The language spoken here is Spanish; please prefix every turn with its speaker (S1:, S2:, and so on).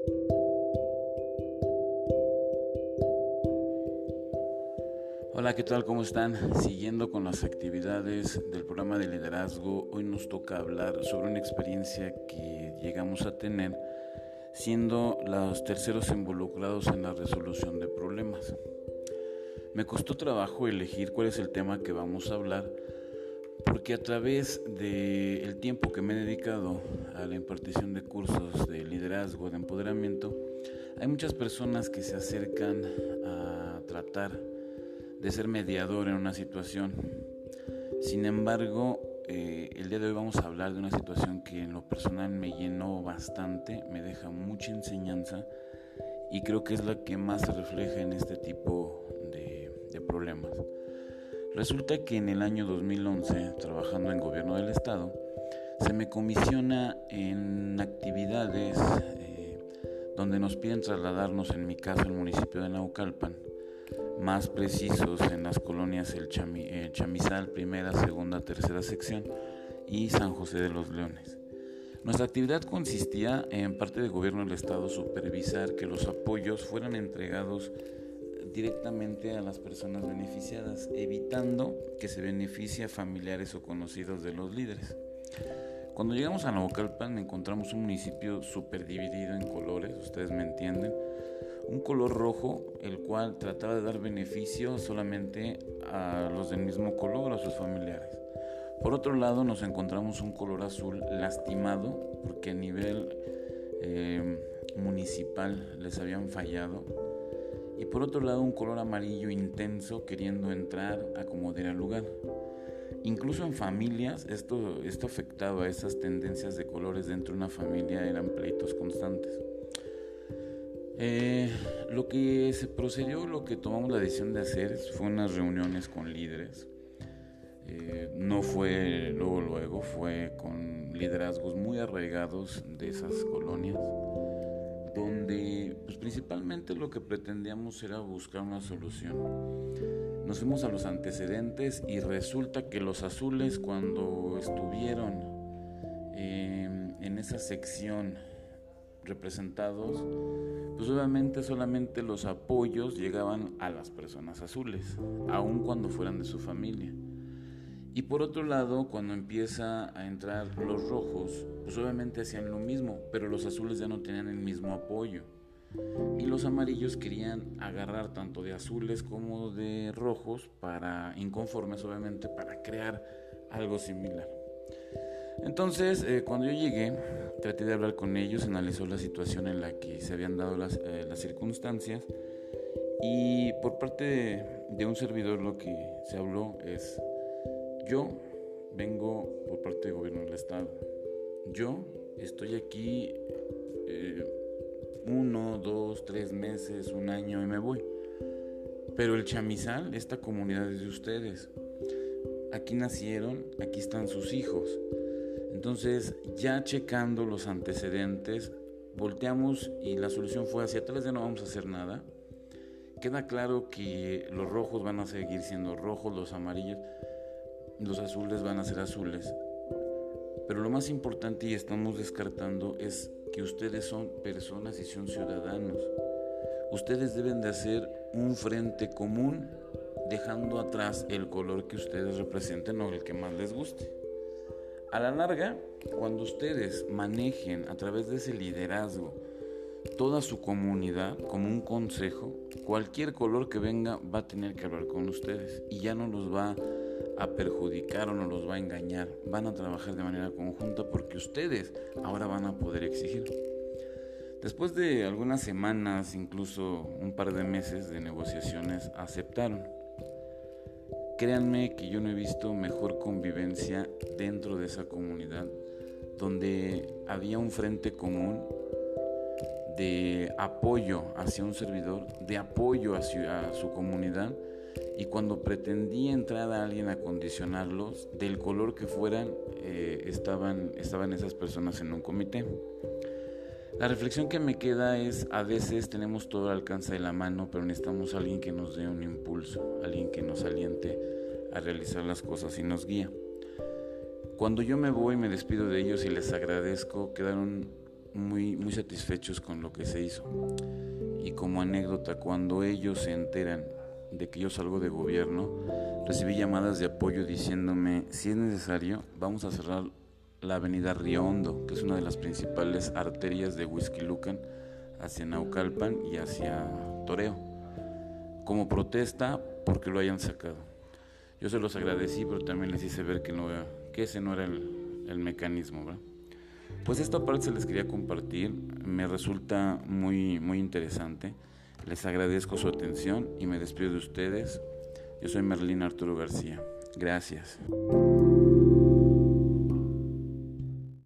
S1: Hola, ¿qué tal? ¿Cómo están? Siguiendo con las actividades del programa de liderazgo, hoy nos toca hablar sobre una experiencia que llegamos a tener siendo los terceros involucrados en la resolución de problemas. Me costó trabajo elegir cuál es el tema que vamos a hablar, porque a través del tiempo que me he dedicado a la impartición de cursos de liderazgo, de empoderamiento, hay muchas personas que se acercan a tratar de ser mediador en una situación. Sin embargo, el día de hoy vamos a hablar de una situación que en lo personal me llenó bastante, me deja mucha enseñanza y creo que es la que más se refleja en este tipo de problemas. Resulta que en el año 2011, trabajando en gobierno del estado, se me comisiona en actividades donde nos piden trasladarnos, en mi caso, al municipio de Naucalpan, más precisos en las colonias El Chamizal, primera, segunda, tercera sección y San José de los Leones. Nuestra actividad consistía en parte del gobierno del estado supervisar que los apoyos fueran entregados directamente a las personas beneficiadas, evitando que se beneficie a familiares o conocidos de los líderes. Cuando llegamos a Naucalpan encontramos un municipio súper dividido en colores, ustedes me entienden. Un color rojo, el cual trataba de dar beneficio solamente a los del mismo color, a sus familiares. Por otro lado, nos encontramos un color azul lastimado, porque a nivel municipal les habían fallado. Y por otro lado, un color amarillo intenso, queriendo entrar a como diera lugar. Incluso en familias, esto afectaba a esas tendencias de colores dentro de una familia, eran pleitos constantes. Lo que se procedió, lo que tomamos la decisión de hacer fue unas reuniones con líderes. No fue luego, fue con liderazgos muy arraigados de esas colonias, donde pues, principalmente lo que pretendíamos era buscar una solución. Nos fuimos a los antecedentes y resulta que los azules, cuando estuvieron en esa sección representados, pues obviamente solamente los apoyos llegaban a las personas azules, aun cuando fueran de su familia. Y por otro lado, cuando empieza a entrar los rojos, pues obviamente hacían lo mismo, pero los azules ya no tenían el mismo apoyo. Y los amarillos querían agarrar tanto de azules como de rojos, para inconformes obviamente, para crear algo similar. Entonces, cuando yo llegué, traté de hablar con ellos, analizó la situación en la que se habían dado las circunstancias, y por parte de un servidor lo que se habló es: yo vengo por parte del gobierno del estado, yo estoy aquí 1, 2, 3 meses, un año y me voy, pero el Chamizal, esta comunidad es de ustedes, aquí nacieron, aquí están sus hijos. Entonces, ya checando los antecedentes, volteamos y la solución fue: hacia atrás ya no vamos a hacer nada. Queda claro que los rojos van a seguir siendo rojos, los amarillos, los azules van a ser azules. Pero lo más importante, y estamos descartando, es que ustedes son personas y son ciudadanos. Ustedes deben de hacer un frente común, dejando atrás el color que ustedes representen o el que más les guste. A la larga, cuando ustedes manejen a través de ese liderazgo toda su comunidad como un consejo, cualquier color que venga va a tener que hablar con ustedes y ya no los va a perjudicar o no los va a engañar. Van a trabajar de manera conjunta porque ustedes ahora van a poder exigir. Después de algunas semanas, incluso un par de meses de negociaciones, aceptaron. Créanme que yo no he visto mejor convivencia dentro de esa comunidad, donde había un frente común de apoyo hacia un servidor, de apoyo hacia su comunidad, y cuando pretendía entrar a alguien a condicionarlos, del color que fueran, estaban esas personas en un comité. La reflexión que me queda es: a veces tenemos todo al alcance de la mano, pero necesitamos a alguien que nos dé un impulso, alguien que nos aliente a realizar las cosas y nos guía. Cuando yo me voy, me despido de ellos y les agradezco, quedaron muy satisfechos con lo que se hizo. Y como anécdota, cuando ellos se enteran de que yo salgo de gobierno, recibí llamadas de apoyo diciéndome: si es necesario, vamos a cerrar la avenida Río Hondo, que es una de las principales arterias de Huixquilucan hacia Naucalpan y hacia Toreo, como protesta porque lo hayan sacado. Yo se los agradecí, pero también les hice ver que ese no era el mecanismo, ¿verdad? Pues esta parte se les quería compartir, me resulta muy interesante. Les agradezco su atención y me despido de ustedes. Yo soy Merlín Arturo García. Gracias.